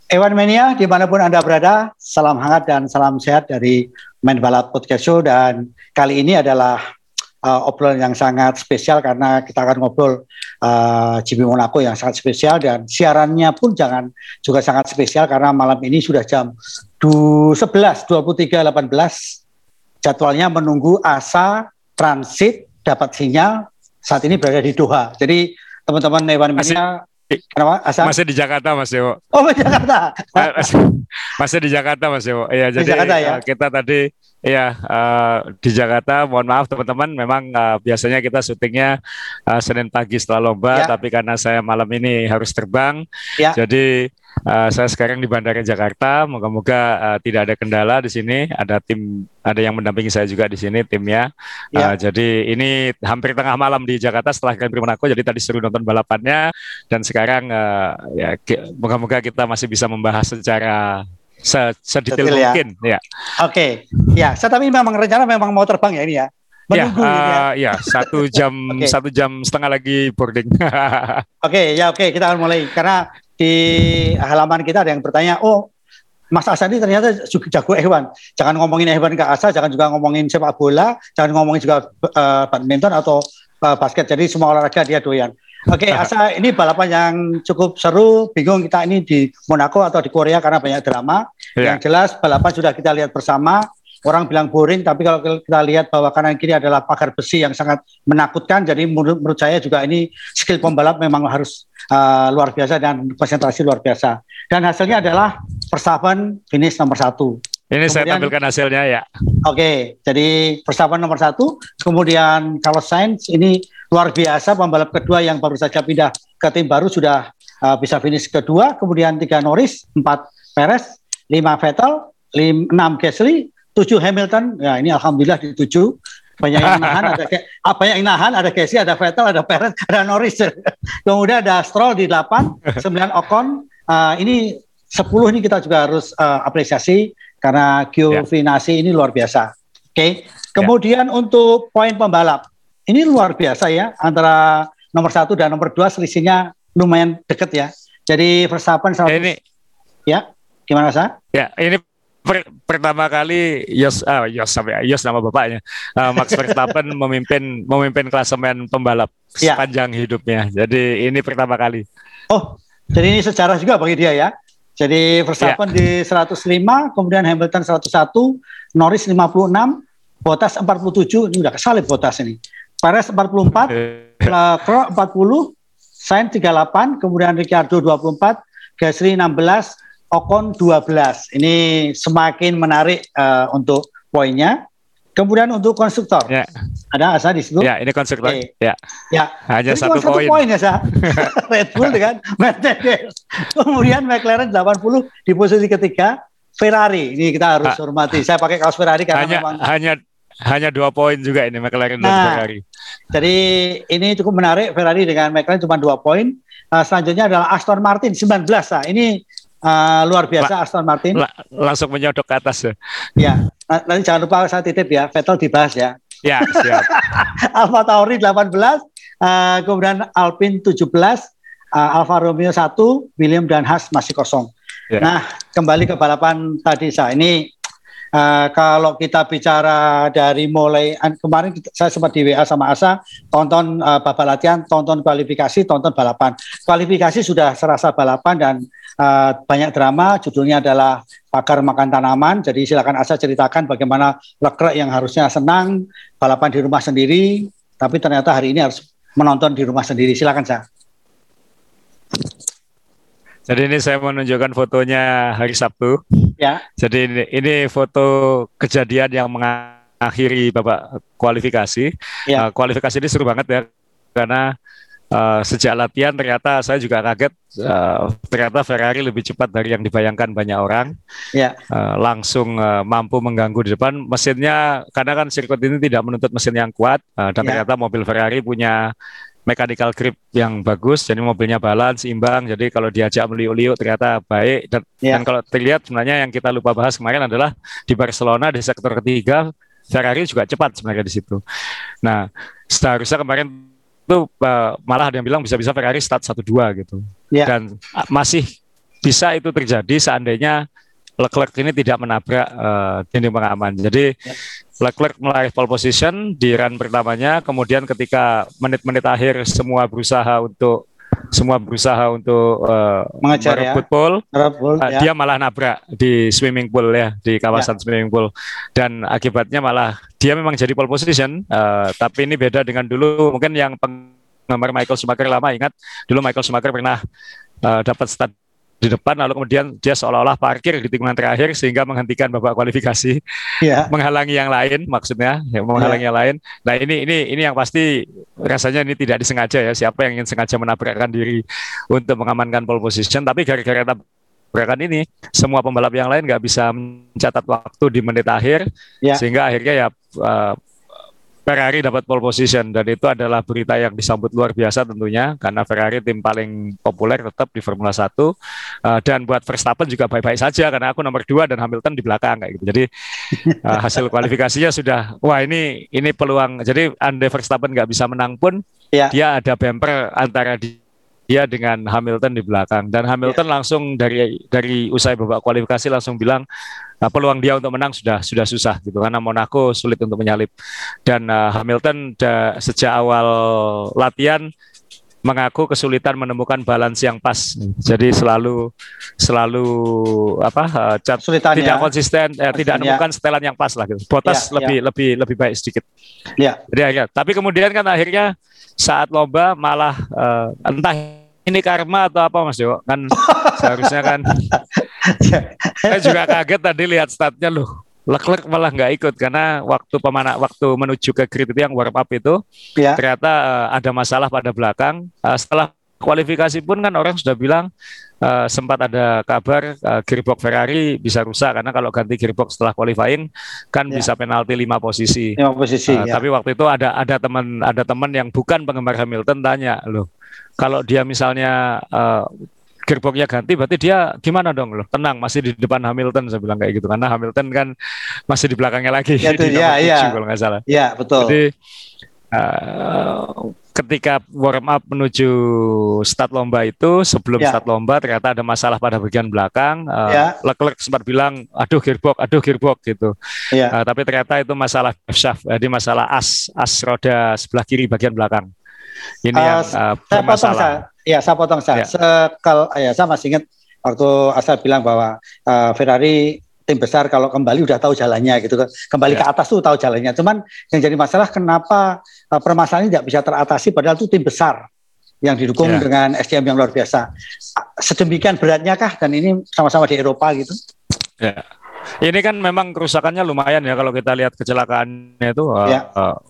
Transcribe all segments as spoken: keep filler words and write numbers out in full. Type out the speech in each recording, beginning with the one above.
Ewan Mania, dimanapun Anda berada, salam hangat dan salam sehat dari Main Balap Podcast Show. Dan kali ini adalah uh, obrolan yang sangat spesial karena kita akan ngobrol uh, G P Monaco yang sangat spesial, dan siarannya pun jangan juga sangat spesial karena malam ini sudah jam sebelas dua puluh tiga delapan belas. Jadwalnya menunggu Asa transit dapat sinyal, saat ini berada di Doha. Jadi teman-teman Ewan Mania, kenapa? Asa? Masih di Jakarta, Mas Dewo. Oh, di Jakarta. Masih di Jakarta, Mas Dewo. Iya, di jadi Jakarta, ya? uh, kita tadi ya uh, di Jakarta. Mohon maaf teman-teman, memang uh, biasanya kita syutingnya uh, Senin pagi setelah lomba, Ya. tapi karena saya malam ini harus terbang, Ya. jadi uh, saya sekarang di Bandara Jakarta. Moga-moga uh, tidak ada kendala di sini. Ada tim, ada yang mendampingi saya juga di sini timnya. Ya. Uh, jadi ini hampir tengah malam di Jakarta setelah Grand Prix Monaco. Jadi tadi seru nonton balapannya, dan sekarang uh, ya moga-moga kita masih bisa membahas secara sedetail Detail, ya. mungkin. Ya. Oke, ya. Saya tapi memang rencana memang mau terbang ya ini ya. Menunggu ya, ini ya. uh, ya satu jam Oke. satu jam setengah lagi boarding. Oke, ya oke, kita akan mulai karena di halaman kita ada yang bertanya, oh Mas Asa ini ternyata juga jago Ewan. Jangan ngomongin Ewan ke Asa, jangan juga ngomongin sepak bola, jangan ngomongin juga uh, badminton atau uh, basket. Jadi semua olahraga dia doyan. Oke, Asa, ini balapan yang cukup seru. Bingung kita ini di Monaco atau di Korea karena banyak drama. Ya. Yang jelas balapan sudah kita lihat bersama. Orang bilang boring, tapi kalau kita lihat bahwa kanan kiri adalah pagar besi yang sangat menakutkan. Jadi menurut, menurut saya juga ini skill pembalap memang harus uh, luar biasa dan konsentrasi luar biasa. Dan hasilnya adalah Verstappen finish nomor satu. Ini kemudian, saya tampilkan hasilnya ya. Oke, jadi Verstappen nomor satu. Kemudian Carlos Sainz ini luar biasa, pembalap kedua yang baru saja pindah ke tim baru sudah uh, bisa finish kedua. Kemudian tiga Norris, empat Perez, lima Vettel, lim, enam Gasly, tujuh Hamilton. Ya ini alhamdulillah di tujuh. Banyak yang nahan, ada apa yang nahan, ada Gasly, ada Vettel, ada Perez, ada Norris. Kemudian ada Stroll di delapan, sembilan Ocon. Uh, ini sepuluh ini kita juga harus uh, apresiasi karena Giovinazzi ya. Ini luar biasa. Oke. Okay. Kemudian ya. Untuk poin pembalap. Ini luar biasa ya, antara nomor satu dan nomor dua selisihnya lumayan deket ya. Jadi Verstappen seratus. Ini ya, gimana Sa? Ya, ini per, pertama kali Yos, ah, Yos sampai Yos nama bapaknya, uh, Max Verstappen memimpin memimpin klasemen pembalap ya. Sepanjang hidupnya. Jadi ini pertama kali. Oh, jadi ini sejarah juga bagi dia ya. Jadi Verstappen ya. Di seratus lima, kemudian Hamilton seratus satu, Norris lima puluh enam, Bottas empat puluh tujuh, ini udah kesalip Bottas ini. Perez empat puluh empat, Leclerc empat puluh, Sainz tiga puluh delapan, kemudian Ricciardo dua puluh empat, Gasly enam belas, Ocon dua belas. Ini semakin menarik uh, untuk poinnya. Kemudian untuk konstruktor, ya. Ada Asa di situ? Ya, ini konstruktor. Okay. Ya. Ya. Hanya jadi satu poin. poin ya, Sa. Red Bull dengan Mercedes. Kemudian McLaren delapan puluh di posisi ketiga, Ferrari. Ini kita harus hormati. Saya pakai kaos Ferrari karena hanya, memang hanya hanya dua poin juga ini McLaren dan nah, Ferrari. Jadi ini cukup menarik, Ferrari dengan McLaren cuma dua poin. Uh, selanjutnya adalah Aston Martin sembilan belas. Nah, ini uh, luar biasa la, Aston Martin. La, langsung menyodok ke atas ya. Ya, nanti jangan lupa saya titip ya, Vettel dibahas ya. Ya, siap. Alfa Tauri delapan belas, uh, kemudian Alpine tujuh belas, uh, Alfa Romeo satu, Williams dan Haas masih kosong. Ya. Nah, kembali ke balapan tadi saya ini. Uh, kalau kita bicara dari mulai kemarin kita, saya sempat di W A sama Asa, tonton uh, babak latihan, tonton kualifikasi, tonton balapan. Kualifikasi sudah serasa balapan dan uh, banyak drama. Judulnya adalah Pagar Makan Tanaman. Jadi silakan Asa ceritakan bagaimana Leclerc yang harusnya senang balapan di rumah sendiri, tapi ternyata hari ini harus menonton di rumah sendiri. Silakan Sa. Jadi ini saya menunjukkan fotonya hari Sabtu. Ya. Jadi ini, ini foto kejadian yang mengakhiri babak kualifikasi. Ya. Uh, kualifikasi ini seru banget ya, karena uh, sejak latihan ternyata saya juga kaget. Uh, ternyata Ferrari lebih cepat dari yang dibayangkan banyak orang. Ya. Uh, langsung uh, mampu mengganggu di depan. Mesinnya, karena kan sirkuit ini tidak menuntut mesin yang kuat. Uh, dan ya. Ternyata mobil Ferrari punya mechanical grip yang bagus, jadi mobilnya balance, imbang, jadi kalau diajak meliuk-liuk ternyata baik, dan, yeah. dan kalau terlihat sebenarnya yang kita lupa bahas kemarin adalah di Barcelona di sektor ketiga, Ferrari juga cepat sebenarnya di situ. Nah, seharusnya kemarin itu uh, malah ada yang bilang bisa-bisa Ferrari start satu dua gitu, yeah. dan uh, masih bisa itu terjadi seandainya Leclerc ini tidak menabrak uh, dinding pengaman. Jadi Leclerc meraih pole position di run pertamanya, kemudian ketika menit-menit akhir semua berusaha untuk semua berusaha untuk uh, mengejar merebut ya. pole, Merebut, uh, ya. dia malah nabrak di swimming pool ya, di kawasan ya. swimming pool, dan akibatnya malah dia memang jadi pole position, uh, tapi ini beda dengan dulu. Mungkin yang penggemar Michael Schumacher lama ingat, dulu Michael Schumacher pernah uh, dapat start di depan, lalu kemudian dia seolah-olah parkir di tikungan terakhir sehingga menghentikan babak kualifikasi, yeah. menghalangi yang lain, maksudnya ya, menghalangi yeah. yang lain. Nah ini ini ini yang pasti rasanya ini tidak disengaja ya, siapa yang ingin sengaja menabrakkan diri untuk mengamankan pole position, tapi gara-gara tabrakan ini semua pembalap yang lain nggak bisa mencatat waktu di menit akhir, yeah. sehingga akhirnya ya uh, Ferrari dapat pole position, dan itu adalah berita yang disambut luar biasa tentunya, karena Ferrari tim paling populer tetap di Formula satu, uh, dan buat Verstappen juga baik-baik saja karena aku nomor dua dan Hamilton di belakang kayak gitu. Jadi uh, hasil kualifikasinya sudah, wah ini ini peluang. Jadi andai Verstappen nggak bisa menang pun, ya. dia ada bumper antara di dia dengan Hamilton di belakang, dan Hamilton yeah. langsung dari dari usai babak kualifikasi langsung bilang uh, peluang dia untuk menang sudah sudah susah gitu, karena Monaco sulit untuk menyalip, dan uh, Hamilton da, sejak awal latihan mengaku kesulitan menemukan balance yang pas, jadi selalu selalu apa uh, cat, tidak ya. konsisten, eh, tidak menemukan setelan yang pas lah gitu. Bottas ya, lebih ya. lebih lebih baik sedikit. Ya. Jadi akhirnya, tapi kemudian kan akhirnya saat lomba malah uh, entah ini karma atau apa Mas Jo, kan seharusnya kan saya juga kaget tadi lihat statnya loh, Leclerc malah nggak ikut karena waktu pemana waktu menuju ke grid itu yang warm up itu ya. ternyata uh, ada masalah pada belakang. Uh, setelah kualifikasi pun kan orang sudah bilang uh, sempat ada kabar uh, gearbox Ferrari bisa rusak, karena kalau ganti gearbox setelah qualifying kan ya. bisa penalti lima posisi. lima posisi. Uh, ya. Tapi waktu itu ada ada teman ada teman yang bukan penggemar Hamilton tanya, loh kalau dia misalnya uh, gearboxnya ganti, berarti dia gimana dong loh? Tenang, masih di depan Hamilton, saya bilang kayak gitu, karena Hamilton kan masih di belakangnya lagi ya, di nomor tujuh ya. kalau nggak salah. Iya betul. Jadi uh, ketika warm up menuju start lomba itu, sebelum ya. start lomba ternyata ada masalah pada bagian belakang. Uh, ya. Leclerc sempat bilang, aduh gearbox, aduh gearbox gitu. Ya. Uh, tapi ternyata itu masalah shaft, jadi masalah as as roda sebelah kiri bagian belakang. Ini uh, yang uh, bermasalah. Ya, saya potong saya. Ya. Sekal, ya, saya masih ingat waktu Asal bilang bahwa uh, Ferrari tim besar kalau kembali udah tahu jalannya gitu, kembali ya. ke atas tuh tahu jalannya. Cuman yang jadi masalah kenapa uh, permasalahan ini tidak bisa teratasi padahal itu tim besar yang didukung ya. dengan S D M yang luar biasa. Sedemikian beratnya kah, dan ini sama-sama di Eropa gitu? Ya. Ini kan memang kerusakannya lumayan ya kalau kita lihat kecelakaannya itu. Uh, ya. uh,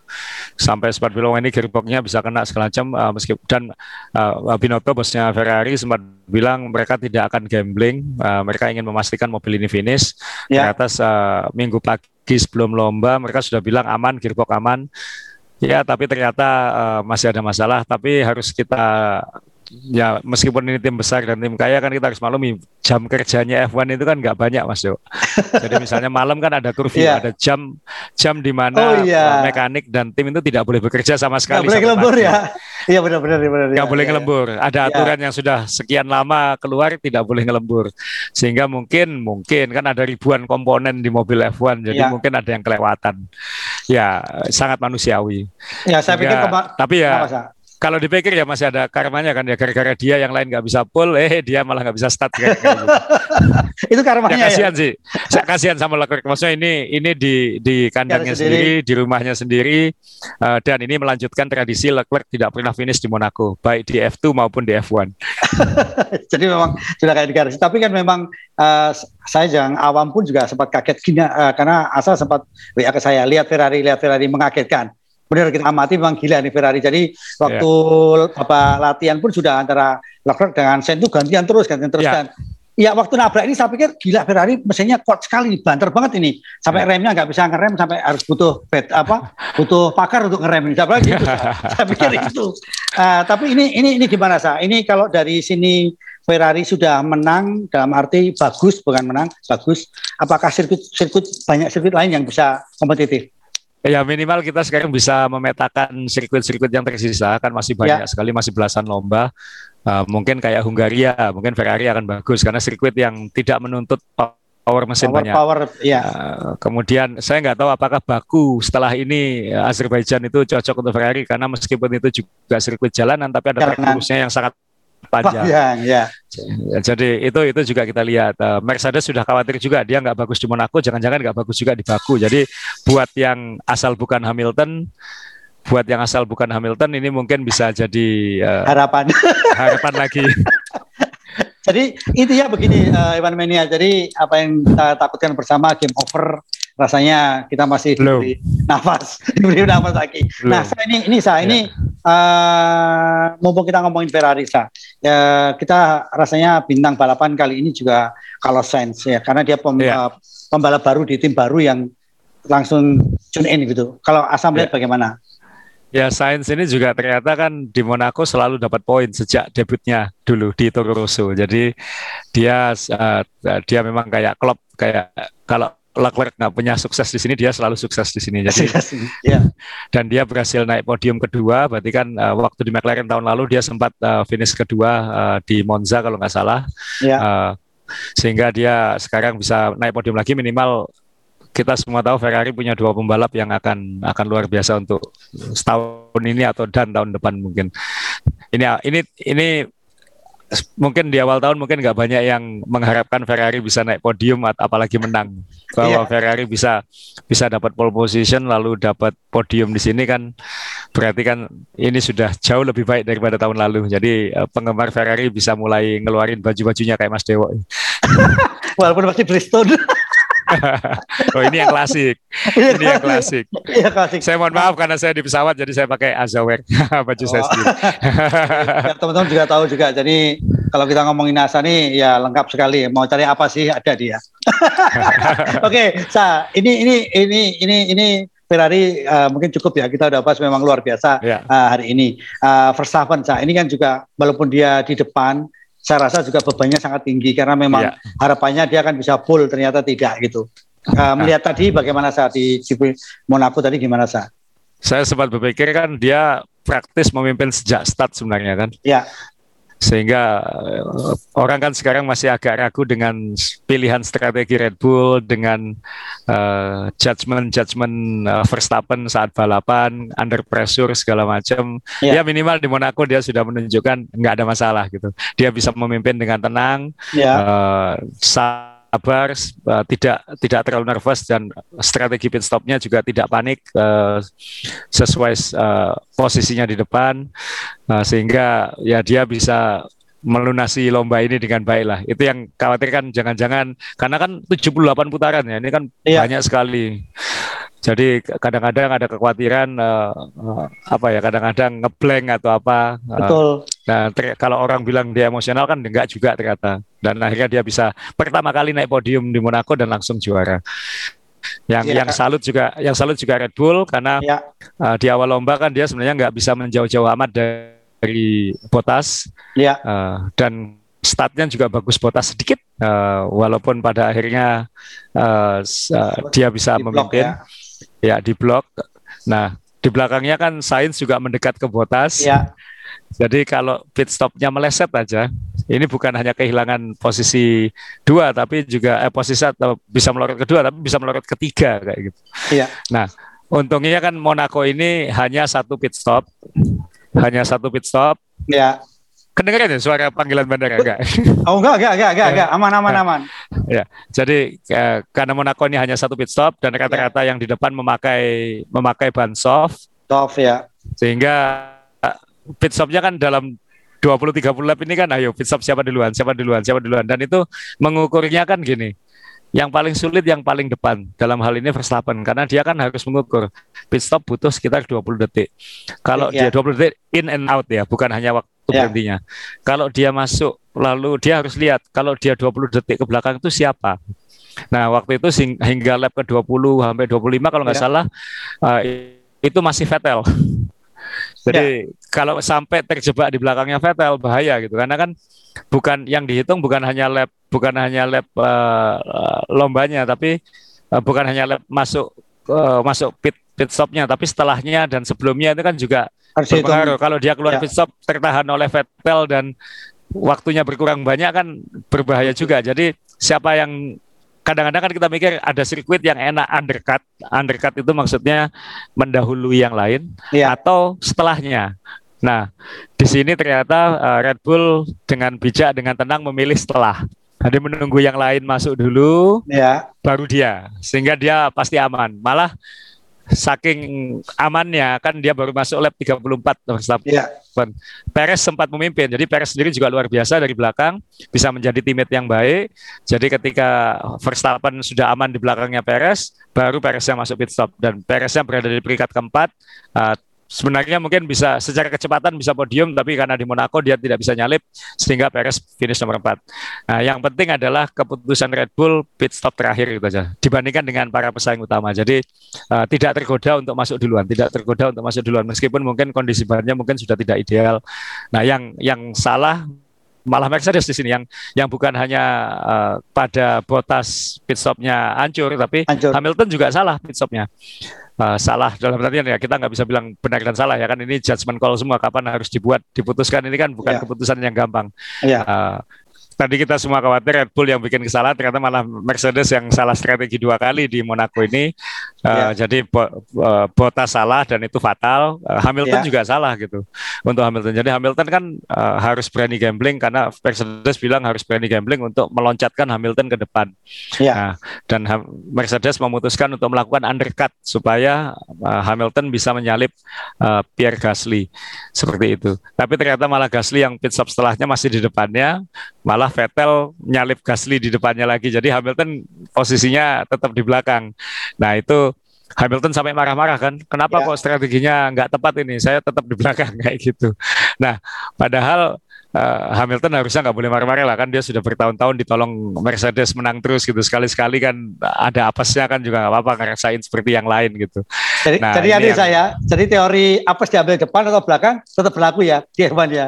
sampai sempat bilang ini gearboxnya bisa kena segala macam, uh, meskipun dan uh, Binotto bosnya Ferrari sempat bilang mereka tidak akan gambling, uh, mereka ingin memastikan mobil ini finish. Ya. Ternyata uh, minggu pagi sebelum lomba mereka sudah bilang aman, gearbox aman. Ya, tapi ternyata uh, masih ada masalah. Tapi harus kita ya, meskipun ini tim besar dan tim kaya kan kita harus maklumi jam kerjanya F satu itu kan nggak banyak Mas Jo. Jadi misalnya malam kan ada kurvi, yeah. ada jam jam di mana oh, yeah. mekanik dan tim itu tidak boleh bekerja sama sekali. Nggak boleh ngelembur ya. Iya benar-benar. Nggak ya, boleh ya. ngelembur. Ada aturan ya. yang sudah sekian lama keluar tidak boleh ngelembur. Sehingga mungkin mungkin kan ada ribuan komponen di mobil F satu, jadi ya. mungkin ada yang kelewatan. Ya sangat manusiawi. Ya saya Sehingga, pikir kema- tapi ya. Kenapa, kalau dipikir ya masih ada karmanya kan ya, gara-gara dia yang lain nggak bisa pull, eh dia malah nggak bisa start kayak gitu. Itu karmanya ya. Kasihan ya? sih, saya kasihan sama Leclerc. Maksudnya ini ini di di kandangnya sendiri. sendiri, di rumahnya sendiri, uh, dan ini melanjutkan tradisi Leclerc tidak pernah finish di Monaco, baik di F dua maupun di F satu. Jadi memang sudah kayak di garis. Tapi kan memang uh, saya yang awam pun juga sempat kaget gini, uh, karena Asal sempat W A ke saya, lihat Ferrari, lihat Ferrari mengagetkan. Benar, kita amati memang gila nih Ferrari. Jadi waktu yeah. bapak latihan pun sudah antara Leclerc dengan Sainz itu gantian terus, gantian terus yeah. dan ya waktu nabrak ini saya pikir gila Ferrari mesinnya kuat sekali, banter banget ini. Sampai yeah. remnya nggak bisa ngerem, sampai harus butuh bed apa? butuh pakar untuk ngerem ini. Saya gitu. saya pikir itu. Uh, tapi ini ini ini gimana Sa? Ini kalau dari sini Ferrari sudah menang dalam arti bagus, bukan menang, bagus. Apakah sirkuit sirkuit banyak sirkuit lain yang bisa kompetitif? Ya minimal kita sekarang bisa memetakan sirkuit-sirkuit yang tersisa, kan masih banyak Ya, sekali, masih belasan lomba. Uh, mungkin kayak Hungaria, mungkin Ferrari akan bagus karena sirkuit yang tidak menuntut power mesin power banyak. power ya. Uh, kemudian saya nggak tahu apakah Baku setelah ini uh, Azerbaijan itu cocok untuk Ferrari karena meskipun itu juga sirkuit jalanan, tapi ada track Jalanan. lurusnya yang sangat panjang. Panjang ya. Jadi itu itu juga kita lihat. Uh, Mercedes sudah khawatir juga dia nggak bagus di Monaco, jangan-jangan nggak bagus juga di Baku. Jadi buat yang asal bukan Hamilton, buat yang asal bukan Hamilton ini mungkin bisa jadi uh, Harapan. harapan lagi. Jadi intinya begini, uh, Iwan Mania. Jadi apa yang kita takutkan bersama game over, rasanya kita masih Belum. diberi nafas, diberi nafas lagi. Belum. Nah, saya ini ini saya Ya. ini uh, mumpung kita ngomongin Ferrari, sa, ya, kita rasanya bintang balapan kali ini juga Carlos Sainz ya, karena dia pem, Ya. uh, pembalap baru di tim baru yang langsung tune in gitu. Kalau Asam lihat Ya. bagaimana? Ya, Sainz ini juga ternyata kan di Monaco selalu dapat poin sejak debutnya dulu di Toro Rosso. Jadi dia uh, dia memang kayak klub, kayak kalau Leclerc nggak punya sukses di sini, dia selalu sukses di sini. Jadi ya. Dan dia berhasil naik podium kedua. Berarti kan uh, waktu di McLaren tahun lalu dia sempat uh, finish kedua uh, di Monza kalau nggak salah. Ya. Uh, sehingga dia sekarang bisa naik podium lagi. Minimal kita semua tahu Ferrari punya dua pembalap yang akan akan luar biasa untuk setahun ini atau dan tahun depan mungkin. Ini ini ini mungkin di awal tahun mungkin nggak banyak yang mengharapkan Ferrari bisa naik podium atau apalagi menang. Bahwa yeah. Ferrari bisa bisa dapat pole position lalu dapat podium di sini kan berarti kan ini sudah jauh lebih baik daripada tahun lalu. Jadi penggemar Ferrari bisa mulai ngeluarin baju-bajunya kayak Mas Dewo. Walaupun masih Bridgestone. Oh ini yang klasik, ini yang klasik. Iya klasik. Saya mohon maaf karena saya di pesawat jadi saya pakai Azaware baju oh. saya sendiri. Ya, teman-teman juga tahu juga. Jadi kalau kita ngomongin Asa nih ya lengkap sekali. Mau cari apa sih ada dia. Oke, okay, Sa, ini ini ini ini ini Ferrari uh, mungkin cukup ya. Kita udah bahas memang luar biasa yeah. uh, hari ini. Uh, Verstappen, Sa, ini kan juga walaupun dia di depan, saya rasa juga bebannya sangat tinggi karena memang yeah. harapannya dia akan bisa pole, ternyata tidak gitu. Uh, melihat nah. tadi bagaimana saat di Monaco tadi gimana Sa? Saya sempat berpikir kan dia praktis memimpin sejak start sebenarnya kan. Ya. Yeah. Sehingga uh, orang kan sekarang masih agak ragu dengan pilihan strategi Red Bull, dengan uh, judgement-judgement uh, Verstappen saat balapan, under pressure segala macam. Yeah. Ya minimal di Monaco dia sudah menunjukkan nggak ada masalah gitu. Dia bisa memimpin dengan tenang, yeah. uh, sabar, uh, tidak tidak terlalu nervous dan strategi pit stopnya juga tidak panik, uh, sesuai uh, posisinya di depan. Nah, sehingga ya dia bisa melunasi lomba ini dengan baik lah. Itu yang khawatir kan jangan-jangan karena kan tujuh puluh delapan putaran ya, ini kan iya. banyak sekali. Jadi kadang-kadang ada kekhawatiran uh, uh, apa ya, kadang-kadang ngeblank atau apa. Betul. Uh, nah, ter- kalau orang bilang dia emosional kan enggak juga ternyata. Dan akhirnya dia bisa pertama kali naik podium di Monaco dan langsung juara. Yang ya. yang salut juga yang salut juga Red Bull karena ya. uh, di awal lomba kan dia sebenarnya nggak bisa menjauh-jauh amat dari Bottas ya. uh, dan startnya juga bagus Bottas sedikit uh, walaupun pada akhirnya uh, uh, dia bisa di memimpin blok, ya. ya di blok. Nah di belakangnya kan Sainz juga mendekat ke Bottas. Ya. Jadi kalau pit stopnya meleset aja, ini bukan hanya kehilangan posisi dua, tapi juga eh, posisi atau bisa melorot kedua, tapi bisa melorot ketiga kayak gitu. Iya. Nah, untungnya kan Monaco ini hanya satu pit stop, hanya satu pit stop. Iya. Kedengeran ya suara panggilan bandara enggak? Oh enggak, enggak, enggak, enggak, enggak. aman, aman, aman. Ya, jadi eh, karena Monaco ini hanya satu pit stop dan rata-rata ya. yang di depan memakai memakai ban soft. Soft ya. Sehingga pit stopnya kan dalam dua puluh tiga puluh lap ini kan ayo pit stop siapa duluan, siapa duluan, siapa duluan. Dan itu mengukurnya kan gini, yang paling sulit yang paling depan dalam hal ini Verstappen karena dia kan harus mengukur pit stop butuh sekitar dua puluh detik. Kalau yeah. dia dua puluh detik in and out ya, bukan hanya waktu yeah. berhentinya. Kalau dia masuk lalu dia harus lihat kalau dia dua puluh detik ke belakang itu siapa. Nah waktu itu hingga lap ke dua puluh sampai dua puluh lima kalau nggak yeah. salah uh, itu masih Vettel. Jadi ya. kalau sampai terjebak di belakangnya Vettel bahaya gitu karena kan bukan yang dihitung bukan hanya lap bukan hanya lap uh, lombanya tapi uh, bukan hanya lap masuk uh, masuk pit pit stopnya, tapi setelahnya dan sebelumnya itu kan juga Harus berpengaruh. dihitung. Kalau dia keluar Ya. pit stop tertahan oleh Vettel dan waktunya berkurang banyak kan berbahaya juga. Jadi siapa yang kadang-kadang kan kita mikir ada sirkuit yang enak undercut, undercut itu maksudnya mendahului yang lain Ya. atau setelahnya. Nah, di sini ternyata uh, Red Bull dengan bijak, dengan tenang memilih setelah. Jadi menunggu yang lain masuk dulu, Ya. baru dia, sehingga dia pasti aman. Malah saking amannya kan dia baru masuk lap tiga puluh empat. Ya. Perez sempat memimpin, jadi Perez sendiri juga luar biasa dari belakang, bisa menjadi teammate yang baik. Jadi ketika Verstappen sudah aman di belakangnya Perez, baru Perez yang masuk pit stop, dan Pereznya berada di peringkat keempat. Uh, Sebenarnya mungkin bisa secara kecepatan bisa podium, tapi karena di Monaco dia tidak bisa nyalip sehingga Perez finish nomor empat. Nah, yang penting adalah keputusan Red Bull pit stop terakhir gitu aja dibandingkan dengan para pesaing utama. Jadi uh, tidak tergoda untuk masuk duluan, tidak tergoda untuk masuk duluan meskipun mungkin kondisi bannya mungkin sudah tidak ideal. Nah, yang yang salah malah Mercedes di sini, yang yang bukan hanya uh, pada Bottas pit stopnya hancur, tapi Hancur. Hamilton juga salah pit stopnya. Uh, salah dalam artian ya kita nggak bisa bilang benar dan salah ya kan, ini judgment call semua, kapan harus dibuat diputuskan, ini kan bukan Ya. keputusan yang gampang. Ya. Uh, Tadi kita semua khawatir Red Bull yang bikin kesalahan, ternyata malah Mercedes yang salah strategi dua kali di Monaco ini. Uh, Ya. Jadi bo, uh, Bottas salah dan itu fatal. Uh, Hamilton Ya. juga salah gitu untuk Hamilton. Jadi Hamilton kan uh, harus berani gambling karena Mercedes bilang harus berani gambling untuk meloncatkan Hamilton ke depan. Ya. Nah, dan ha- Mercedes memutuskan untuk melakukan undercut supaya uh, Hamilton bisa menyalip uh, Pierre Gasly seperti itu. Tapi ternyata malah Gasly yang pit stop setelahnya masih di depannya, malah Vettel nyalip Gasly di depannya lagi. Jadi Hamilton posisinya tetap di belakang. Nah, itu Hamilton sampai marah-marah kan, kenapa Ya. kok strateginya nggak tepat ini, saya tetap di belakang kayak gitu. Nah, padahal uh, Hamilton harusnya nggak boleh marah-marah lah kan, dia sudah bertahun-tahun ditolong Mercedes menang terus gitu, sekali-sekali kan ada apesnya kan juga nggak apa-apa ngerasain seperti yang lain gitu. Jadi, Nah, jadi ini adik yang- saya, jadi teori apes diambil depan atau belakang tetap berlaku ya di F satu ya.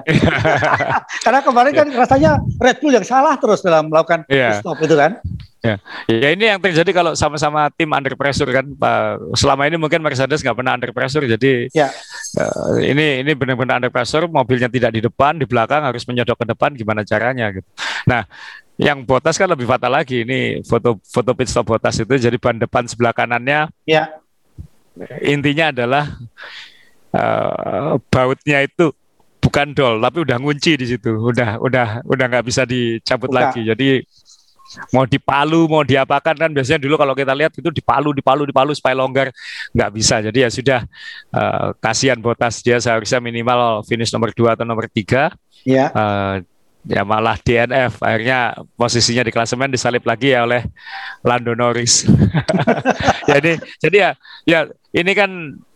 Karena kemarin kan rasanya Red Bull yang salah terus dalam melakukan Iya. pit stop itu kan. Ya, ya ini yang terjadi kalau sama-sama tim under pressure kan. Pak. Selama ini mungkin Mercedes nggak pernah under pressure, jadi Ya. uh, ini ini benar-benar under pressure, mobilnya tidak di depan, di belakang harus menyodok ke depan, gimana caranya gitu. Nah, yang Bottas kan lebih fatal lagi. Ini foto foto pit stop Bottas itu, jadi ban depan sebelah kanannya Ya. intinya adalah uh, bautnya itu bukan dol, tapi udah ngunci di situ, udah udah udah nggak bisa dicabut Buka. lagi. Jadi mau dipalu, mau diapakan kan biasanya dulu kalau kita lihat itu dipalu, dipalu, dipalu supaya longgar, nggak bisa. Jadi ya sudah, uh, kasihan Bottas, dia seharusnya minimal finish nomor dua atau nomor tiga, Ya. uh, ya malah D N F, akhirnya posisinya di klasemen disalip lagi ya oleh Lando Norris. Jadi jadi ya ya ini kan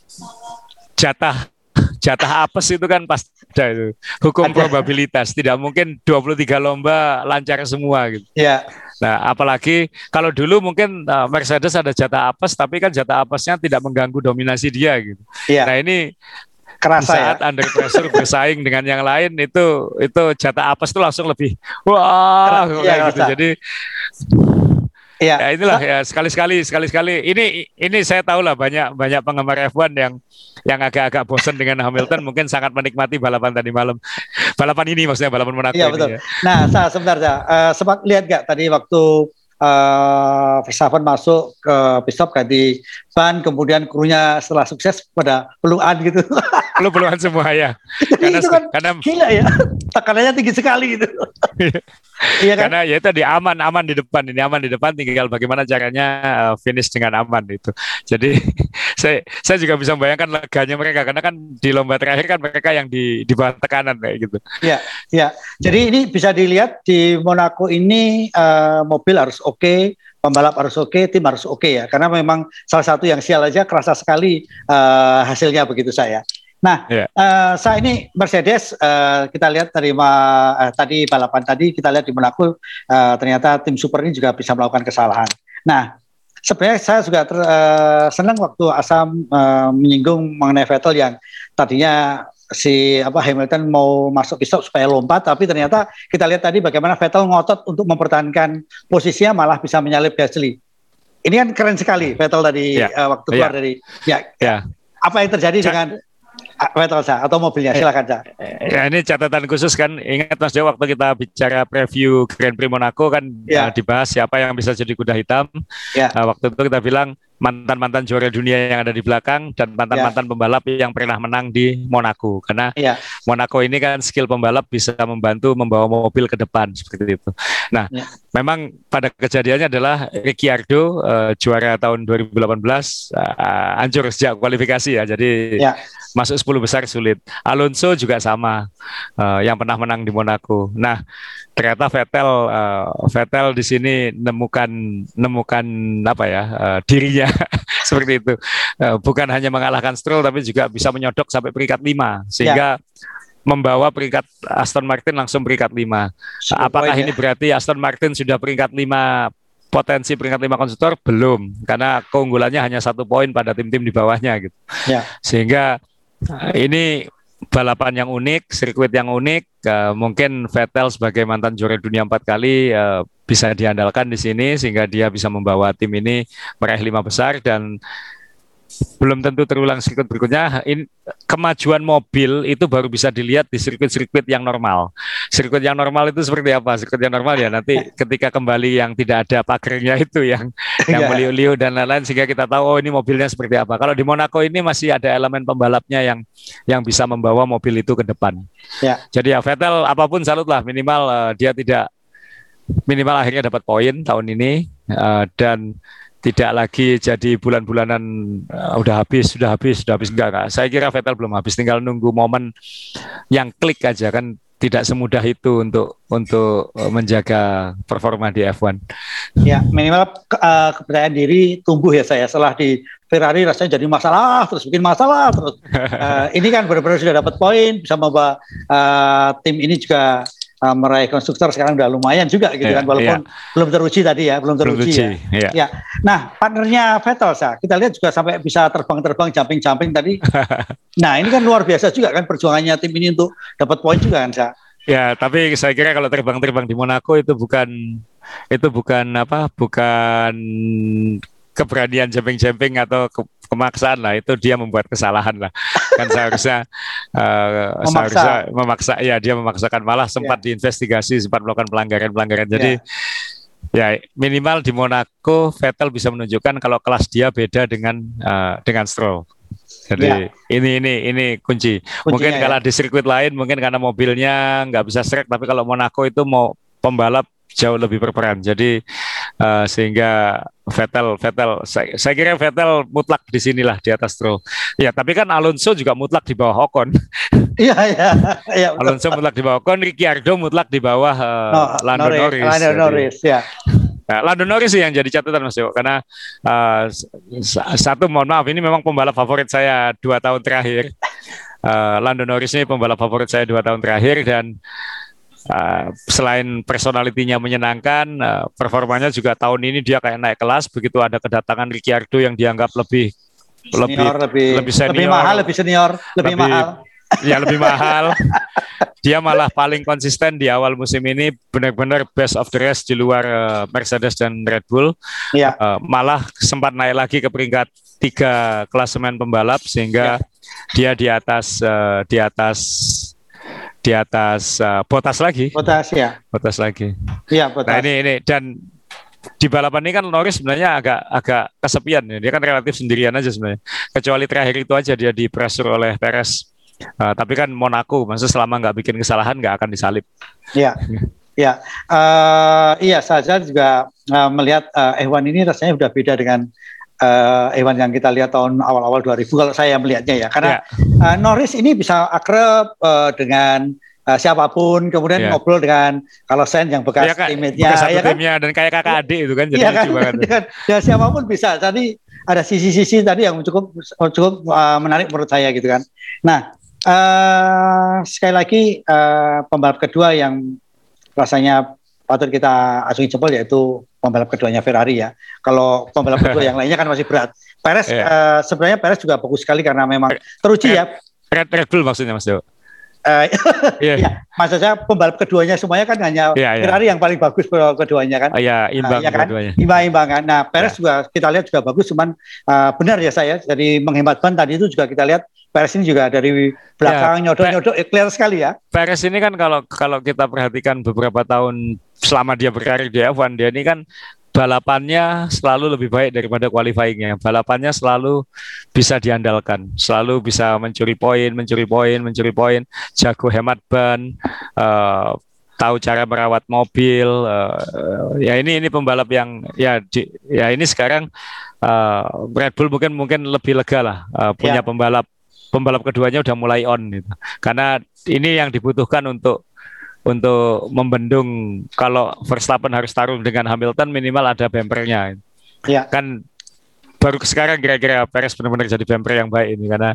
jatah jatah apes itu kan pasti ada itu. Hukum Ada. probabilitas, tidak mungkin dua puluh tiga lomba lancar semua gitu. Ya. Nah, apalagi kalau dulu mungkin uh, Mercedes ada jatah apes, tapi kan jatah apesnya tidak mengganggu dominasi dia gitu. Ya. Nah, ini di Kerasa ya. saat under pressure bersaing dengan yang lain, itu itu jatah apes itu langsung lebih wah Iya, kayak gitu. kerasa. Jadi Ya. ya inilah ya, sekali-sekali sekali-sekali ini ini saya tahu lah banyak banyak penggemar F satu yang yang agak-agak bosan dengan Hamilton, mungkin sangat menikmati balapan tadi malam. Balapan ini maksudnya balapan Monaco Iya ini betul. ya. Nah, saya sebenarnya uh, sempat lihat gak tadi waktu uh, Verstappen masuk ke pit stop ganti ban, kemudian krunya setelah sukses pada pelukan gitu. Lu peluang semua ya. Jadi Karena itu kan karena gila ya, tekanannya tinggi sekali gitu. Iya kan? karena ya itu di aman aman di depan, ini aman di depan, tinggal bagaimana caranya uh, finish dengan aman itu. Jadi saya saya juga bisa membayangkan leganya mereka, karena kan di lomba terakhir kan mereka yang di di bawah tekanan kayak gitu. Iya, iya. Jadi ini bisa dilihat di Monaco ini uh, mobil harus oke, pembalap harus oke, tim harus oke ya. Karena memang salah satu yang sial aja kerasa sekali uh, hasilnya begitu saya. Nah, Yeah. uh, saya ini Mercedes uh, kita lihat dari uh, tadi balapan tadi kita lihat di Monaco uh, ternyata tim super ini juga bisa melakukan kesalahan. Nah, sebenarnya saya juga ter, uh, senang waktu Asam uh, menyinggung mengenai Vettel yang tadinya si apa Hamilton mau masuk pit stop supaya lompat, tapi ternyata kita lihat tadi bagaimana Vettel ngotot untuk mempertahankan posisinya, malah bisa menyalip Gasly. ini kan keren sekali Vettel tadi ya. uh, waktu keluar ya. dari ya, ya. Apa yang terjadi Ca- dengan Vettel Sa, atau mobilnya, silakan Sa. Ya, ini catatan khusus kan, ingat Mas Jo waktu kita bicara preview Grand Prix Monaco kan ya. uh, dibahas siapa yang bisa jadi kuda hitam. Ya. Uh, waktu itu kita bilang mantan-mantan juara dunia yang ada di belakang dan mantan-mantan ya. pembalap yang pernah menang di Monaco, karena ya. Monaco ini kan skill pembalap bisa membantu membawa mobil ke depan seperti itu. Nah, ya. memang pada kejadiannya adalah Ricciardo uh, juara tahun dua ribu delapan belas uh, hancur sejak kualifikasi ya, jadi ya. masuk sepuluh besar sulit. Alonso juga sama, uh, yang pernah menang di Monaco. Nah, ternyata Vettel uh, Vettel di sini nemukan nemukan apa ya uh, dirinya seperti itu. Uh, bukan hanya mengalahkan Stroll tapi juga bisa menyodok sampai peringkat lima sehingga ya. membawa peringkat Aston Martin langsung peringkat lima. Uh, apakah ini ya. berarti Aston Martin sudah peringkat lima, potensi peringkat lima konstruktor? Belum, karena keunggulannya hanya satu poin pada tim-tim di bawahnya gitu. Ya. Sehingga uh, ini balapan yang unik, sirkuit yang unik, uh, mungkin Vettel sebagai mantan juara dunia empat kali uh, bisa diandalkan di sini sehingga dia bisa membawa tim ini meraih lima besar, dan belum tentu terulang sirkuit berikutnya. In, kemajuan mobil itu baru bisa dilihat di sirkuit-sirkuit yang normal. Sirkuit yang normal itu seperti apa? Sirkuit yang normal ya nanti ketika kembali yang tidak ada pagernya itu, yang yang meliu-liu dan lain-lain, sehingga kita tahu oh ini mobilnya seperti apa. Kalau di Monaco ini masih ada elemen pembalapnya yang yang bisa membawa mobil itu ke depan. Ya. Jadi ya Vettel apapun salut lah, minimal uh, dia tidak minimal akhirnya dapat poin tahun ini, uh, dan tidak lagi jadi bulan-bulanan uh, udah habis, sudah habis, sudah habis enggak, enggak. Saya kira Vettel belum habis, tinggal nunggu momen yang klik aja kan, tidak semudah itu untuk untuk uh, menjaga performa di F satu. Ya, minimal ke, uh, kepercayaan diri tumbuh ya saya. Setelah di Ferrari rasanya jadi masalah, terus bikin masalah terus. Uh, ini kan benar-benar sudah dapat poin, bisa membawa uh, tim ini juga Uh, meraih konstruktor sekarang udah lumayan juga gitu yeah, kan, walaupun yeah. belum teruji tadi ya, belum teruji, belum teruji ya. Yeah. ya. Nah, partnernya Vettel Sa, kita lihat juga sampai bisa terbang-terbang, jumping-jumping tadi. Nah, ini kan luar biasa juga kan perjuangannya tim ini untuk dapat poin juga kan, Sa. Ya, tapi saya kira kalau terbang-terbang di Monaco itu bukan itu bukan apa? Bukan keberanian jumping-jumping atau ke, kemaksaan lah, itu dia membuat kesalahan lah. Kan seharusnya uh, memaksa. seharusnya memaksa, ya dia memaksakan, malah sempat yeah. diinvestigasi, sempat melakukan pelanggaran-pelanggaran. Jadi yeah. ya minimal di Monaco Vettel bisa menunjukkan kalau kelas dia beda dengan uh, dengan Stroll. Jadi yeah. ini ini ini kunci. Kuncinya, mungkin kalau ya. di sirkuit lain mungkin karena mobilnya nggak bisa strike, tapi kalau Monaco itu mau pembalap jauh lebih berperan. Jadi uh, sehingga Vettel, Vettel, saya, saya kira Vettel mutlak di sinilah di atas Stroll. Ya, tapi kan Alonso juga mutlak di bawah Ocon. Iya, iya. Ya, Alonso mutlak di bawah Ocon, Ricciardo mutlak di bawah uh, no, Lando Norris. Norris. Lando Norris, ya. Nah, Lando Norris sih yang jadi catatan Mas Jo, karena uh, satu, mohon maaf, ini memang pembalap favorit saya dua tahun terakhir. Uh, Lando Norris ini pembalap favorit saya dua tahun terakhir, dan Uh, selain personalitinya menyenangkan, uh, performanya juga tahun ini dia kayak naik kelas. Begitu ada kedatangan Ricciardo yang dianggap lebih senior, lebih lebih senior, lebih mahal, lebih senior, lebih, lebih mahal. Ya lebih mahal. Dia malah paling konsisten di awal musim ini, benar-benar best of the rest di luar uh, Mercedes dan Red Bull. Ya. Uh, malah sempat naik lagi ke peringkat tiga klasemen pembalap, sehingga ya. dia di atas uh, di atas di atas uh, Bottas lagi. Bottas ya. Bottas lagi. Iya, Bottas. Nah ini ini dan di balapan ini kan Norris sebenarnya agak agak kesepian ya. Dia kan relatif sendirian aja sebenarnya. Kecuali terakhir itu aja dia di pressure oleh Perez. Uh, tapi kan Monaco, maksud selama nggak bikin kesalahan nggak akan disalip. Iya. Ya, uh, iya saya juga uh, melihat uh, F satu ini rasanya sudah beda dengan Uh, Ewan yang kita lihat tahun awal-awal dua ribu, kalau saya melihatnya ya, karena yeah. uh, Norris ini bisa akrab uh, dengan uh, siapapun, kemudian yeah. ngobrol dengan kalau Sainz yang bekas yeah, teammate-nya, bekas ya timnya kan? Dan kayak kakak adik itu kan, jadi yeah, lucu kan? banget. Dan, dan siapapun bisa. Tadi ada sisi-sisi tadi yang cukup cukup uh, menarik menurut saya gitu kan. Nah, uh, sekali lagi uh, pembalap kedua yang rasanya patut kita acungi jempol yaitu pembalap keduanya Ferrari ya. Kalau pembalap kedua yang lainnya kan masih berat. Perez yeah. uh, sebenarnya Perez juga bagus sekali karena memang teruji ya. Red, Red Bull maksudnya Mas Jo. Uh, yeah. ya, maksud saya pembalap keduanya semuanya kan hanya yeah, Ferrari yeah. yang paling bagus keduanya kan. Oh, ya, imbang uh, ya kan? Imbang-imbangan. Nah, Perez yeah. juga kita lihat juga bagus, cuman uh, benar ya saya dari menghemat ban tadi itu juga kita lihat Perez ini juga dari belakang yeah. nyodok-nyodok eh, clear sekali ya. Perez ini kan kalau kalau kita perhatikan beberapa tahun selama dia berkarir di F satu, dia ini kan balapannya selalu lebih baik daripada qualifying-nya. Balapannya selalu bisa diandalkan, selalu bisa mencuri poin, mencuri poin, mencuri poin, jago hemat ban, uh, tahu cara merawat mobil. Uh, ya ini ini pembalap yang ya di, ya ini sekarang uh, Red Bull mungkin mungkin lebih lega lah uh, punya ya. pembalap pembalap keduanya udah mulai on gitu. Karena ini yang dibutuhkan untuk untuk membendung kalau Verstappen harus tarung dengan Hamilton minimal ada bumpernya. Ya. Kan baru sekarang kira-kira Perez benar-benar jadi bumper yang baik ini karena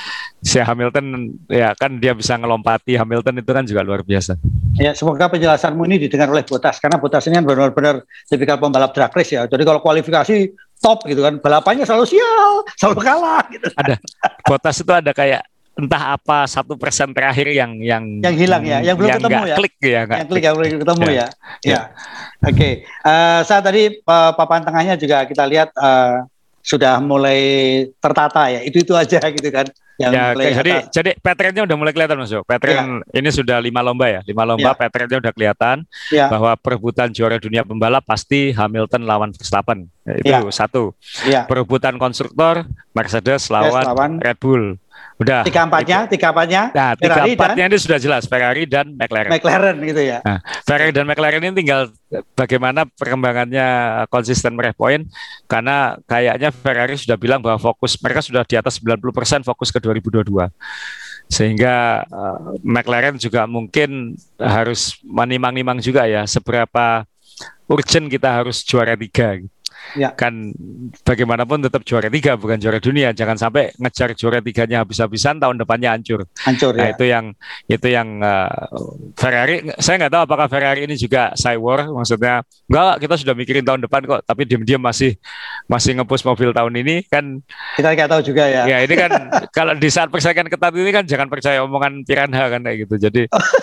si Hamilton ya kan dia bisa ngelompati Hamilton itu kan juga luar biasa. Ya, semoga penjelasanmu ini didengar oleh Bottas karena Bottas ini kan benar-benar tipikal pembalap drag race ya. Jadi kalau kualifikasi top gitu kan, balapannya selalu sial, selalu kalah gitu. Ada Bottas itu ada kayak entah apa satu persen terakhir yang yang yang hilang ya, yang belum yang ketemu ya, klik ya, yang klik yang belum ketemu ya, ya. ya. ya. Oke, okay. uh, saat tadi uh, papan tengahnya juga kita lihat uh, sudah mulai tertata ya, itu itu aja gitu kan. Yang ya, jadi atas. jadi patternnya udah mulai kelihatan Mas Jo. Pattern ya. Ini sudah lima lomba ya, lima lomba ya. Patternnya udah kelihatan ya. Bahwa perebutan juara dunia pembalap pasti Hamilton lawan Verstappen, itu ya. Satu. Ya. Perebutan konstruktor Mercedes lawan, yes, lawan Red Bull. Udah. Tiga empatnya, tiga empatnya. Nah, tiga empatnya ini sudah jelas Ferrari dan McLaren. McLaren gitu ya. Nah, Ferrari dan McLaren ini tinggal bagaimana perkembangannya konsisten meraih poin. Karena kayaknya Ferrari sudah bilang bahwa fokus mereka sudah di atas sembilan puluh persen fokus ke dua ribu dua puluh dua. Sehingga uh, McLaren juga mungkin harus menimang-nimang juga ya seberapa urgent kita harus juara tiga. Ya. Kan bagaimanapun tetap juara tiga bukan juara dunia, jangan sampai ngejar juara tiganya habis-habisan tahun depannya hancur. Hancur nah, ya. Itu yang itu yang uh, Ferrari. Saya nggak tahu apakah Ferrari ini juga cyber, maksudnya enggak kita sudah mikirin tahun depan kok, tapi diam-diam masih masih nge-push mobil tahun ini kan. Kita nggak tahu juga ya. Ya ini kan kalau di saat persaingan ketat ini kan jangan percaya omongan Piranha kan kayak gitu. Jadi.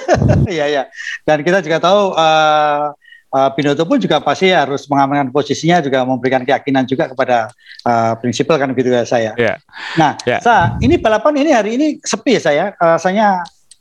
Iya ya. Dan kita juga tahu. Uh... Uh, Binotto pun juga pasti harus mengamankan posisinya, juga memberikan keyakinan juga kepada uh, prinsipal kan gitu ya saya. Yeah. Nah, yeah. Sa, ini balapan ini hari ini sepi ya saya. Rasanya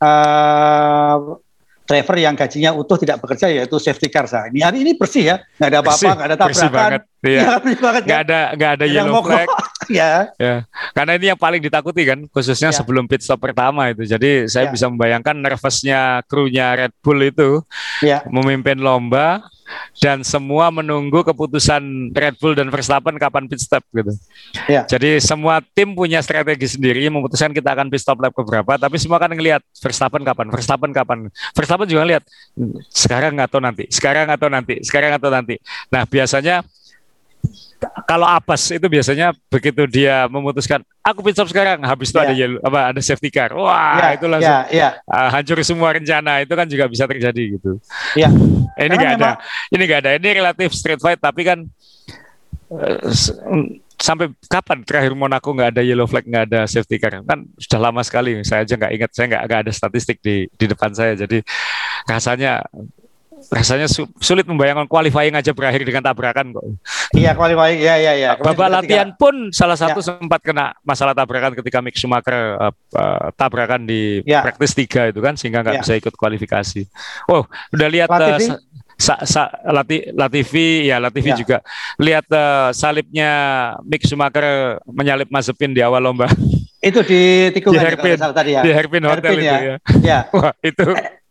uh, driver yang gajinya utuh tidak bekerja yaitu safety car. Sa. Ini hari ini bersih ya, nggak ada apa-apa, nggak ada tabrakan. Bersih banget. Iya. Ya, bersih banget. Nggak ada nggak ada yellow flag. ya. ya. Karena ini yang paling ditakuti kan, khususnya ya. Sebelum pit stop pertama itu. Jadi saya ya. bisa membayangkan nervousnya krunya Red Bull itu ya. Memimpin lomba. Dan semua menunggu keputusan Red Bull dan Verstappen kapan pit stop gitu. Ya. Jadi semua tim punya strategi sendiri memutuskan kita akan pit stop lap keberapa, tapi semua kan ngelihat Verstappen kapan, Verstappen kapan. Verstappen juga lihat sekarang atau nanti, sekarang atau nanti, sekarang atau nanti. Nah biasanya kalau apes itu biasanya begitu dia memutuskan aku pit stop sekarang, habis itu yeah. ada yellow, apa ada safety car, wah yeah, itu langsung yeah, yeah. Uh, hancur semua rencana, itu kan juga bisa terjadi gitu. Yeah. Eh, ini nggak ada, ini nggak ada, ini relatif street fight, tapi kan uh, sampai kapan terakhir Monaco nggak ada yellow flag, nggak ada safety car, kan sudah lama sekali. Saya aja nggak ingat, saya nggak nggak ada statistik di di depan saya, jadi rasanya rasanya sulit membayangkan qualifying aja berakhir dengan tabrakan kok. Iya qualifying, ya ya ya. Babak latihan pun salah satu ya. sempat kena masalah tabrakan ketika Mick Schumacher uh, uh, tabrakan di ya. Praktis tiga itu kan, sehingga nggak ya. bisa ikut kualifikasi. Oh, udah lihat uh, sa, sa, Lati, Latifi, ya Latifi ya. juga lihat uh, salibnya Mick Schumacher menyalip Mazepin di awal lomba. Itu di tikungan di Hairpin, tadi ya. Di Hairpin Hotel Hairpin, itu ya. ya. ya. Wah, itu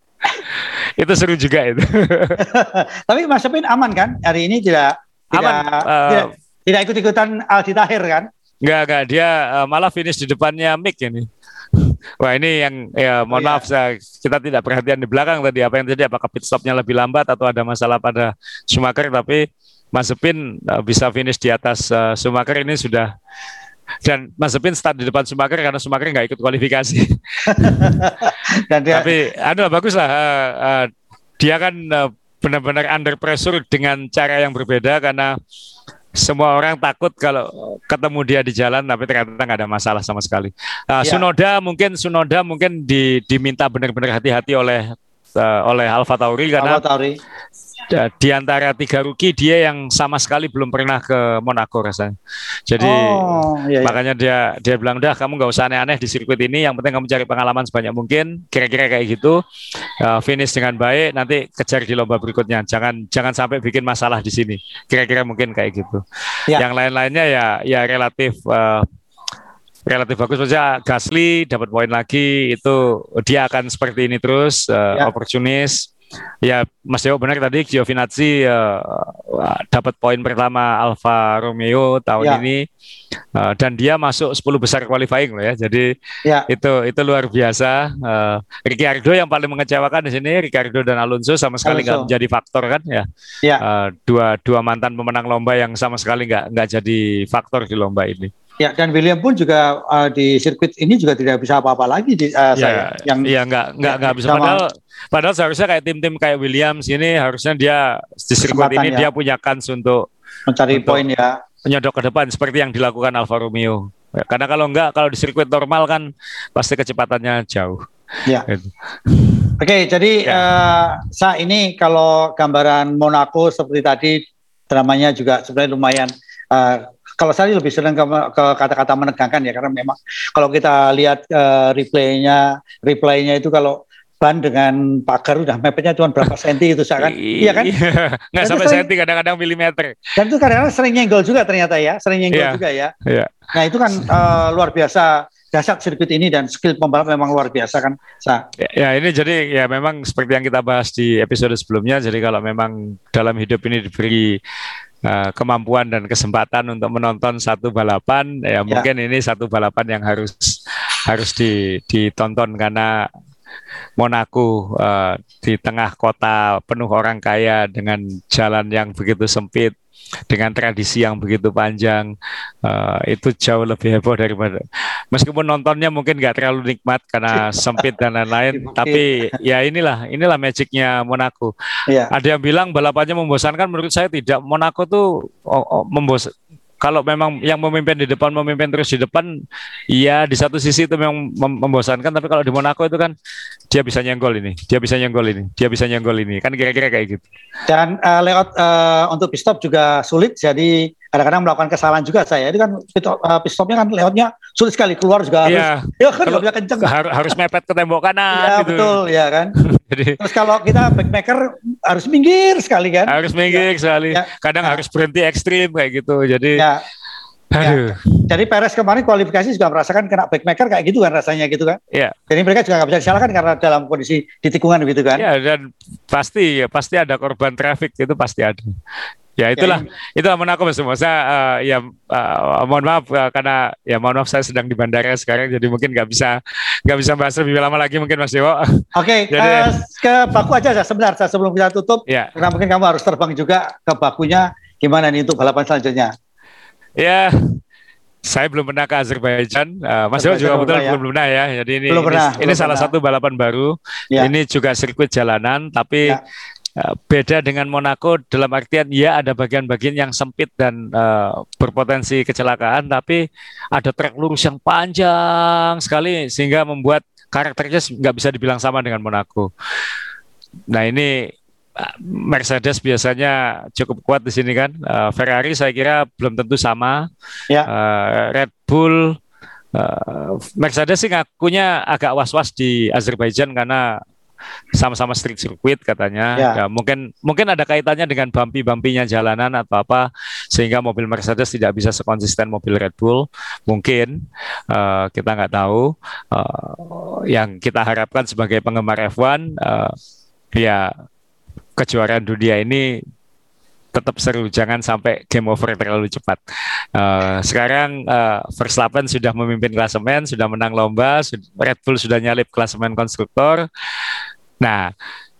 itu seru juga itu. Tapi Mas Sepin aman kan hari ini, tidak aman, tidak, uh, tidak, tidak ikut-ikutan Aldi Tahir kan? Enggak enggak dia uh, malah finish di depannya Mick ini. Wah ini yang ya mohon oh, maaf iya. saya, kita tidak perhatian di belakang tadi apa yang terjadi, apakah pit stopnya lebih lambat atau ada masalah pada Schumacher, tapi Mazepin uh, bisa finish di atas uh, Schumacher ini sudah. Dan Mazepin start di depan Schumacher karena Schumacher nggak ikut kualifikasi. Dan dia... Tapi aduh bagus lah. Uh, uh, dia kan uh, benar-benar under pressure dengan cara yang berbeda karena semua orang takut kalau ketemu dia di jalan, tapi ternyata nggak ada masalah sama sekali. Uh, Ya. Tsunoda mungkin Tsunoda mungkin di, diminta benar-benar hati-hati oleh uh, oleh AlphaTauri karena AlphaTauri. di antara tiga rookie dia yang sama sekali belum pernah ke Monaco rasanya. Jadi Oh, iya, iya. makanya dia dia bilang udah kamu nggak usah aneh-aneh di sirkuit ini, yang penting kamu cari pengalaman sebanyak mungkin. Kira-kira kayak gitu. Uh, finish dengan baik, nanti kejar di lomba berikutnya. Jangan jangan sampai bikin masalah di sini. Kira-kira mungkin kayak gitu. Ya. Yang lain-lainnya ya ya relatif uh, relatif bagus saja. Gasly dapat poin lagi, itu dia akan seperti ini terus, uh, Ya. oportunis. Ya, Mas Dewo benar tadi, Giovinazzi uh, dapat poin pertama Alfa Romeo tahun Ya. ini, uh, dan dia masuk sepuluh besar qualifying loh ya. Jadi Ya. itu itu luar biasa. Uh, Ricciardo yang paling mengecewakan di sini, Ricciardo dan Alonso sama sekali nggak Alonso. menjadi faktor kan ya. Ya. Uh, dua dua mantan pemenang lomba yang sama sekali nggak nggak jadi faktor di lomba ini. Ya, dan William pun juga uh, di sirkuit ini juga tidak bisa apa-apa lagi di uh, Ya, saya. Yang ya nggak nggak ya, nggak bisa. sama- Padahal padahal seharusnya kayak tim-tim kayak Williams ini harusnya dia di sirkuit Kesempatan, ini ya. dia punya kans untuk mencari Untuk- poin ya. menyodok ke depan seperti yang dilakukan Alfa Romeo. Ya, karena kalau enggak, kalau di sirkuit normal kan pasti kecepatannya jauh. Ya. Gitu. Oke, jadi Ya. eh, Sa, ini kalau gambaran Monaco seperti tadi, dramanya juga sebenarnya lumayan. eh, kalau saya lebih senang ke, ke kata-kata menegangkan ya, karena memang kalau kita lihat eh, replaynya, replaynya itu kalau ban dengan pagar udah mepetnya cuma berapa senti itu, Sa, kan? Iya kan? Nggak Dan sampai itu senti, kadang-kadang milimeter. Dan itu kadang-kadang sering nyenggol juga ternyata ya, sering nyenggol Iya. juga ya. Iya. Nah itu kan eh, luar biasa dahsyat sirkuit ini, dan skill pembalap memang luar biasa kan, Sa. Ya, ya, ini jadi ya memang seperti yang kita bahas di episode sebelumnya. Jadi kalau memang dalam hidup ini diberi uh, kemampuan dan kesempatan untuk menonton satu balapan, ya, mungkin ini satu balapan yang harus harus di, ditonton, karena Monaco uh, di tengah kota penuh orang kaya dengan jalan yang begitu sempit, dengan tradisi yang begitu panjang, uh, itu jauh lebih heboh daripada, meskipun nontonnya mungkin nggak terlalu nikmat karena sempit dan lain-lain, tapi ya inilah inilah magicnya Monaco. Iya. Ada yang bilang balapannya membosankan, menurut saya tidak. Monaco tuh oh, oh, membos kalau memang yang memimpin di depan memimpin terus di depan, ya di satu sisi itu memang mem- membosankan, tapi kalau di Monaco itu kan dia bisa nyenggol ini, dia bisa nyenggol ini, dia bisa nyenggol ini, kan kira-kira kayak gitu. Dan uh, layout uh, untuk pit stop juga sulit, jadi kadang-kadang melakukan kesalahan juga saya. Itu kan pit, uh, pit stopnya kan layoutnya sulit sekali, keluar juga harus, Iya. ya kan Kalau- nggak bisa kenceng. Har- harus mepet ke tembok kanan Iya gitu. betul, ya kan. Jadi Terus kalau kita backmaker harus minggir sekali kan. harus minggir sekali, Ya. kadang Ya. harus berhenti ekstrim kayak gitu. Jadi Ya, aduh, jadi Perez kemarin kualifikasi juga merasakan kena backmaker kayak gitu kan rasanya gitu kan. ya. Jadi mereka juga nggak bisa disalahkan karena dalam kondisi di tikungan gitu kan. Ya, dan pasti ya pasti ada korban traffic, itu pasti ada. Ya itulah, itulah Monaco semua. Saya uh, ya uh, mohon maaf uh, karena ya mohon maaf saya sedang di bandara sekarang, jadi mungkin nggak bisa nggak bisa bahas lebih lama lagi mungkin Mas Dewo. Oke, Jadi- eh, ke Baku aja Sa, sebentar Sa, sebelum kita tutup, Ya, karena mungkin kamu harus terbang juga ke Bakunya. Gimana nih untuk balapan selanjutnya? ya. Saya belum pernah ke Azerbaijan. Uh, Mas Dewo juga Azerbaijan betul belum pernah, ya? belum pernah ya. Jadi ini Belum ini, pernah, ini belum salah pernah. satu balapan baru. Ya. Ini juga sirkuit jalanan, tapi Ya. Uh, beda dengan Monaco dalam artian ya ada bagian-bagian yang sempit dan uh, berpotensi kecelakaan, tapi ada trek lurus yang panjang sekali sehingga membuat karakternya nggak bisa dibilang sama dengan Monaco. Nah ini uh, Mercedes biasanya cukup kuat di sini kan. Uh, Ferrari saya kira belum tentu sama. Ya. Uh, Red Bull, uh, Mercedes sih ngakunya agak was-was di Azerbaijan karena sama-sama street circuit katanya. Ya. Ya, mungkin mungkin ada kaitannya dengan bumpy-bumpy-nya jalanan atau apa sehingga mobil Mercedes tidak bisa sekonsisten mobil Red Bull. Mungkin uh, kita nggak tahu. Uh, yang kita harapkan sebagai penggemar F satu, uh, ya kejuaraan dunia ini tetap seru, jangan sampai game over terlalu cepat. Uh, sekarang uh, Verstappen sudah memimpin klasemen, sudah menang lomba, sud- Red Bull sudah nyalip klasemen konstruktor. Nah,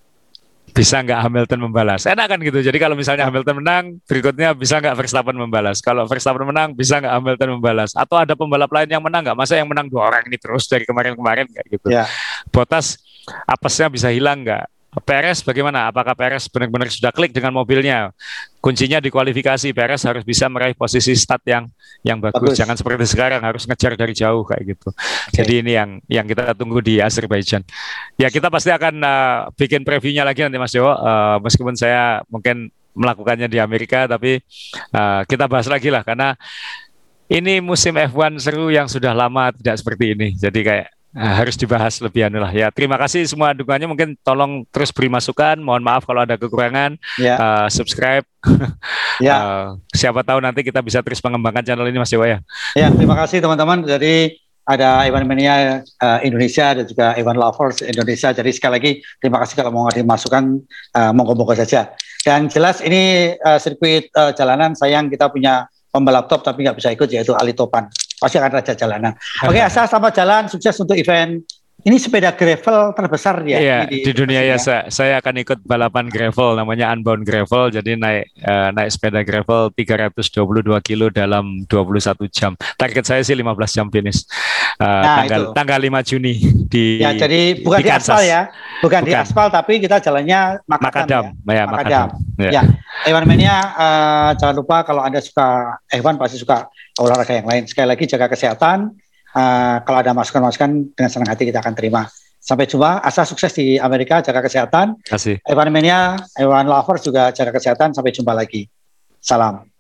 bisa nggak Hamilton membalas? Enak kan gitu. Jadi kalau misalnya Hamilton menang, berikutnya bisa nggak Verstappen membalas? Kalau Verstappen menang, bisa nggak Hamilton membalas? Atau ada pembalap lain yang menang nggak? Masa yang menang dua orang ini terus dari kemarin-kemarin kayak gitu? Ya. Bottas apesnya bisa hilang nggak? Perez bagaimana? Apakah Perez benar-benar sudah klik dengan mobilnya? Kuncinya di kualifikasi, Perez harus bisa meraih posisi start yang yang bagus. bagus. Jangan seperti sekarang harus ngejar dari jauh kayak gitu. Okay. Jadi ini yang yang kita tunggu di Azerbaijan. Ya kita pasti akan uh, bikin previewnya lagi nanti Mas Dewo. Uh, meskipun saya mungkin melakukannya di Amerika, tapi uh, kita bahas lagi lah karena ini musim F satu seru yang sudah lama tidak seperti ini. Jadi kayak uh, harus dibahas lebih anu lah. Ya terima kasih semua dukungannya. Mungkin tolong terus beri masukan. Mohon maaf kalau ada kekurangan. Ya. Uh, subscribe. Ya. Uh, siapa tahu nanti kita bisa terus mengembangkan channel ini Mas Dewa ya. Ya terima kasih teman-teman. Jadi ada Evan Mania uh, Indonesia dan juga Evan Lovers Indonesia. Jadi sekali lagi terima kasih kalau mau ngasih masukan, uh, monggo-monggo saja. Dan jelas ini uh, sirkuit uh, jalanan sayang kita punya pembalap top tapi nggak bisa ikut yaitu Ali Topan. Pasti akan raja jalanan. Oke, okay, Asa selamat jalan, sukses untuk event. Ini sepeda gravel terbesar ya iya, di, di dunia ya. Saya, saya akan ikut balapan gravel namanya Unbound Gravel. Jadi naik uh, naik sepeda gravel tiga ratus dua puluh dua kilo dalam dua puluh satu jam. Target saya sih lima belas jam finish. Uh, nah, tanggal itu. tanggal lima Juni di ya, jadi bukan di, di aspal ya. Bukan, bukan di aspal tapi kita jalannya makadam. Makadam. Ya, ya makadam. Ya. Ya. Evan Mania uh, jangan lupa kalau Anda suka Evan pasti suka olahraga yang lain. Sekali lagi jaga kesehatan. Uh, kalau ada masukan-masukan dengan senang hati kita akan terima. Sampai jumpa. Asa sukses di Amerika, jaga kesehatan. Terima kasih. Evan Mania, Evan Lovers juga jaga kesehatan. Sampai jumpa lagi. Salam.